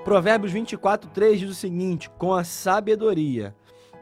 Provérbios 24:3 diz o seguinte: com a sabedoria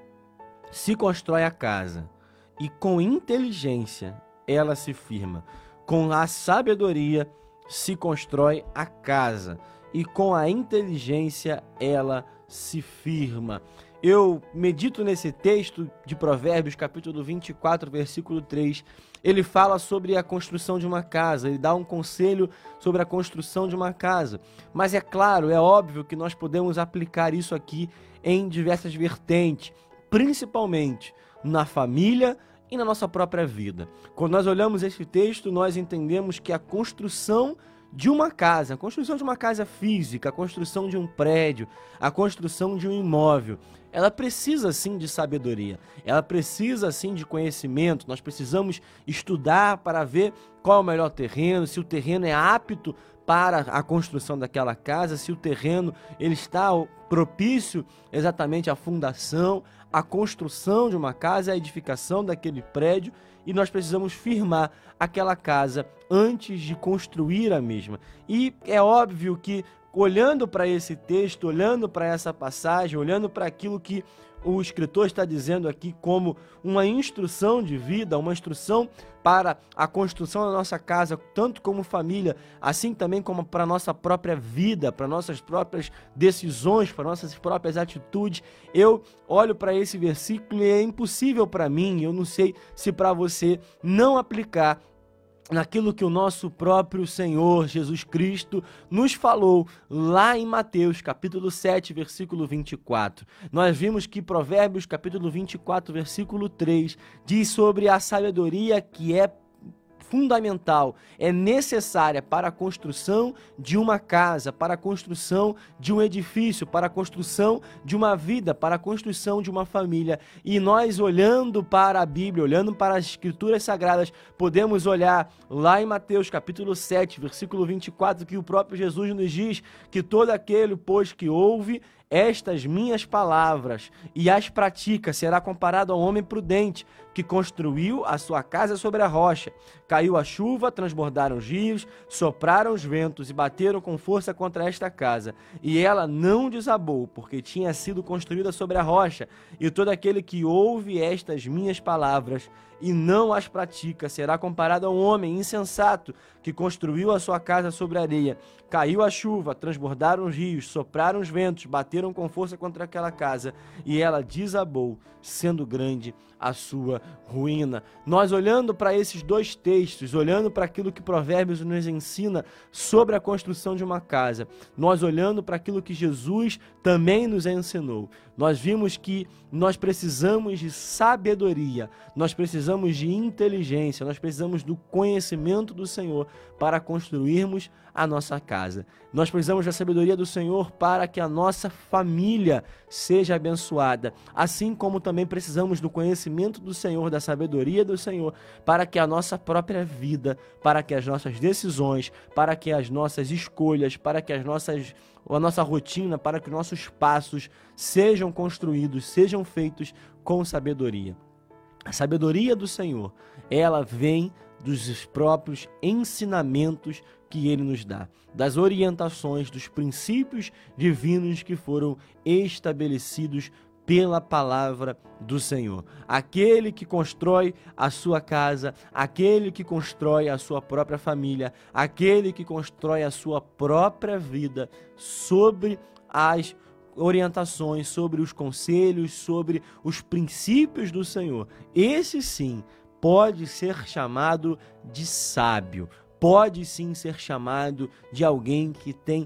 se constrói a casa, e com inteligência ela se firma. Com a sabedoria se constrói a casa, e com a inteligência ela se firma. Eu medito nesse texto de Provérbios, capítulo 24, versículo 3. Ele fala sobre a construção de uma casa, ele dá um conselho sobre a construção de uma casa. Mas é claro, é óbvio que nós podemos aplicar isso aqui em diversas vertentes, principalmente na família e na nossa própria vida. Quando nós olhamos esse texto, nós entendemos que a construção de uma casa, a construção de uma casa física, a construção de um prédio, a construção de um imóvel, ela precisa sim de sabedoria, ela precisa sim de conhecimento. Nós precisamos estudar para ver qual é o melhor terreno, se o terreno é apto para a construção daquela casa, se o terreno ele está propício exatamente à fundação, à construção de uma casa, à edificação daquele prédio, e nós precisamos firmar aquela casa antes de construir a mesma. E é óbvio que, olhando para esse texto, olhando para essa passagem, olhando para aquilo que o escritor está dizendo aqui como uma instrução de vida, uma instrução para a construção da nossa casa, tanto como família, assim também como para a nossa própria vida, para nossas próprias decisões, para nossas próprias atitudes, eu olho para esse versículo e é impossível para mim, eu não sei se para você, não aplicar naquilo que o nosso próprio Senhor Jesus Cristo nos falou lá em Mateus, capítulo 7, versículo 24. Nós vimos que Provérbios, capítulo 24, versículo 3, diz sobre a sabedoria que é fundamental, é necessária para a construção de uma casa, para a construção de um edifício, para a construção de uma vida, para a construção de uma família. E nós, olhando para a Bíblia, olhando para as Escrituras Sagradas, podemos olhar lá em Mateus capítulo 7, versículo 24, que o próprio Jesus nos diz que todo aquele, pois, que ouve estas minhas palavras e as pratica, será comparado ao homem prudente que construiu a sua casa sobre a rocha. Caiu a chuva, transbordaram os rios, sopraram os ventos e bateram com força contra esta casa. E ela não desabou, porque tinha sido construída sobre a rocha. E todo aquele que ouve estas minhas palavras e não as pratica, será comparado a um homem insensato que construiu a sua casa sobre a areia. Caiu a chuva, transbordaram os rios, sopraram os ventos, bateram com força contra aquela casa, e ela desabou, sendo grande a sua ruína. Nós, olhando para esses dois textos, olhando para aquilo que Provérbios nos ensina sobre a construção de uma casa, nós olhando para aquilo que Jesus também nos ensinou, nós vimos que nós precisamos de sabedoria, nós precisamos de inteligência, nós precisamos do conhecimento do Senhor para construirmos a nossa casa. Nós precisamos da sabedoria do Senhor para que a nossa família seja abençoada, assim como também precisamos do conhecimento do Senhor, da sabedoria do Senhor, para que a nossa própria vida, para que as nossas decisões, para que as nossas escolhas, para que a nossa rotina, para que nossos passos sejam construídos, sejam feitos com sabedoria. A sabedoria do Senhor, ela vem dos próprios ensinamentos que Ele nos dá, das orientações, dos princípios divinos que foram estabelecidos pela palavra do Senhor. Aquele que constrói a sua casa, aquele que constrói a sua própria família, aquele que constrói a sua própria vida sobre as orientações, sobre os conselhos, sobre os princípios do Senhor. Esse sim pode ser chamado de sábio, pode sim ser chamado de alguém que tem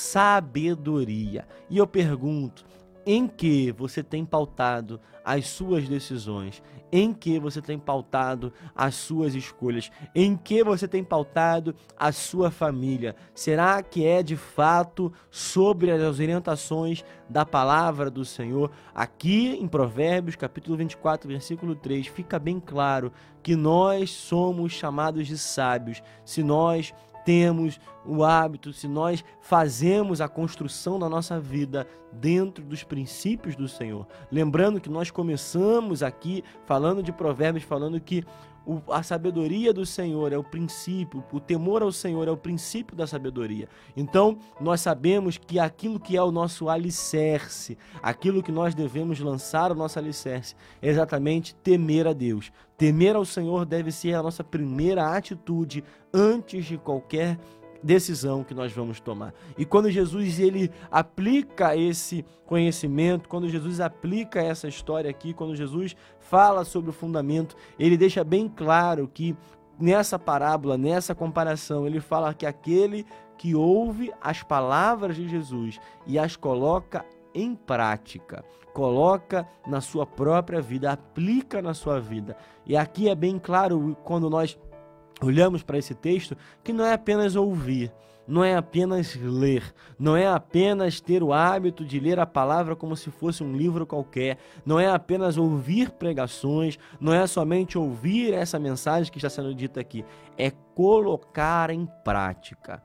sabedoria. E eu pergunto, em que você tem pautado as suas decisões? Em que você tem pautado as suas escolhas? Em que você tem pautado a sua família? Será que é de fato sobre as orientações da palavra do Senhor? Aqui em Provérbios, capítulo 24, versículo 3, fica bem claro que nós somos chamados de sábios se nós temos o hábito, se nós fazemos a construção da nossa vida dentro dos princípios do Senhor. Lembrando que nós começamos aqui falando de Provérbios, falando que A sabedoria do Senhor é o princípio, o temor ao Senhor é o princípio da sabedoria. Então, nós sabemos que aquilo que é o nosso alicerce, aquilo que nós devemos lançar o nosso alicerce, é exatamente temer a Deus. Temer ao Senhor deve ser a nossa primeira atitude antes de qualquer decisão que nós vamos tomar. E quando Jesus ele aplica esse conhecimento, quando Jesus aplica essa história aqui, quando Jesus fala sobre o fundamento, ele deixa bem claro que nessa parábola, nessa comparação, ele fala que aquele que ouve as palavras de Jesus e as coloca em prática, coloca na sua própria vida, aplica na sua vida. E aqui é bem claro quando nós olhamos para esse texto que não é apenas ouvir, não é apenas ler, não é apenas ter o hábito de ler a palavra como se fosse um livro qualquer, não é apenas ouvir pregações, não é somente ouvir essa mensagem que está sendo dita aqui, é colocar em prática.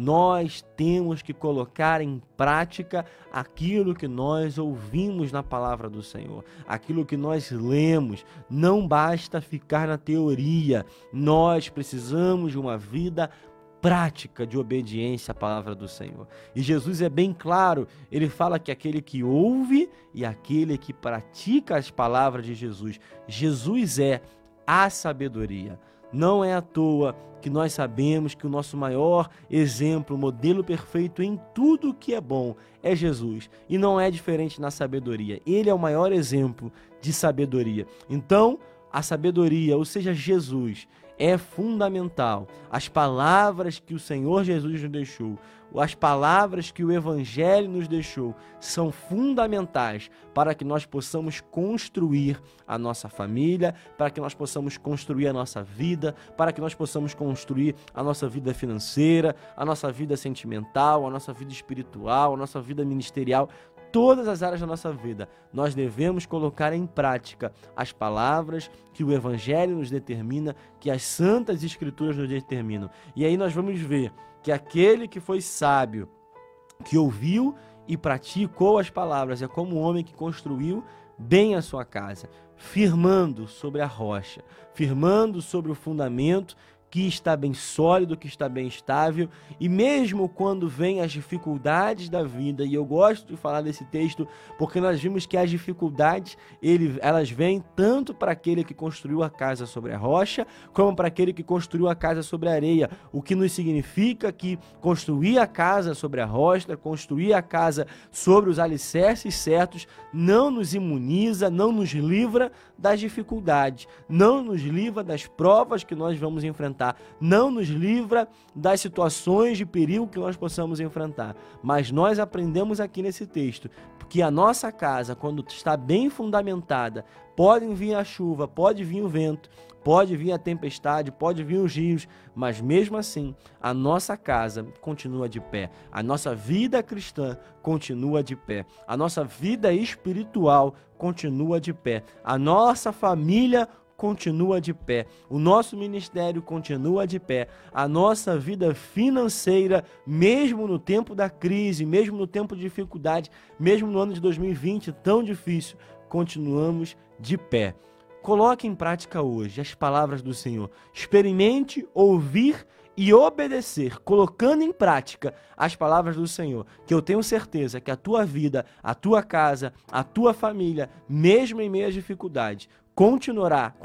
Nós temos que colocar em prática aquilo que nós ouvimos na palavra do Senhor, aquilo que nós lemos. Não basta ficar na teoria, nós precisamos de uma vida prática de obediência à palavra do Senhor. E Jesus é bem claro, ele fala que aquele que ouve e aquele que pratica as palavras de Jesus, Jesus é a sabedoria. Não é à toa que nós sabemos que o nosso maior exemplo, modelo perfeito em tudo que é bom é Jesus. E não é diferente na sabedoria. Ele é o maior exemplo de sabedoria. Então, a sabedoria, ou seja, Jesus, é fundamental. As palavras que o Senhor Jesus nos deixou, as palavras que o Evangelho nos deixou, são fundamentais para que nós possamos construir a nossa família, para que nós possamos construir a nossa vida, para que nós possamos construir a nossa vida financeira, a nossa vida sentimental, a nossa vida espiritual, a nossa vida ministerial. Todas as áreas da nossa vida, nós devemos colocar em prática as palavras que o Evangelho nos determina, que as Santas Escrituras nos determinam. E aí nós vamos ver que aquele que foi sábio, que ouviu e praticou as palavras, é como um homem que construiu bem a sua casa, firmando sobre a rocha, firmando sobre o fundamento que está bem sólido, que está bem estável, e mesmo quando vêm as dificuldades da vida, e eu gosto de falar desse texto, porque nós vimos que as dificuldades, elas vêm tanto para aquele que construiu a casa sobre a rocha, como para aquele que construiu a casa sobre a areia, o que nos significa que construir a casa sobre a rocha, construir a casa sobre os alicerces certos, não nos imuniza, não nos livra das dificuldades, não nos livra das provas que nós vamos enfrentar, não nos livra das situações de perigo que nós possamos enfrentar. Mas nós aprendemos aqui nesse texto que a nossa casa, quando está bem fundamentada, pode vir a chuva, pode vir o vento, pode vir a tempestade, pode vir os rios, mas mesmo assim, a nossa casa continua de pé, a nossa vida cristã continua de pé, a nossa vida espiritual continua de pé, a nossa família continua de pé, o nosso ministério continua de pé, a nossa vida financeira, mesmo no tempo da crise, mesmo no tempo de dificuldade, mesmo no ano de 2020 tão difícil, continuamos de pé. Coloque em prática hoje as palavras do Senhor. Experimente ouvir e obedecer, colocando em prática as palavras do Senhor, que eu tenho certeza que a tua vida, a tua casa, a tua família, mesmo em meio às dificuldades, continuará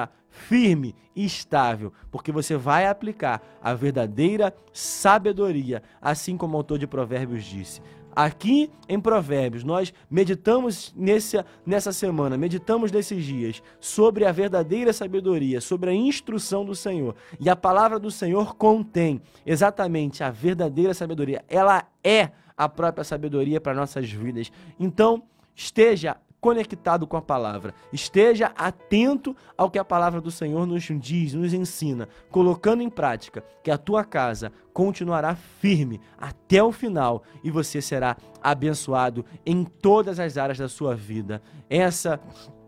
firme e estável, porque você vai aplicar a verdadeira sabedoria, assim como o autor de Provérbios disse. Aqui em Provérbios, nós meditamos nessa semana, meditamos nesses dias sobre a verdadeira sabedoria, sobre a instrução do Senhor. E a palavra do Senhor contém exatamente a verdadeira sabedoria. Ela é a própria sabedoria para nossas vidas. Então, esteja conectado com a palavra, esteja atento ao que a palavra do Senhor nos diz, nos ensina, colocando em prática, que a tua casa continuará firme até o final e você será abençoado em todas as áreas da sua vida. Essa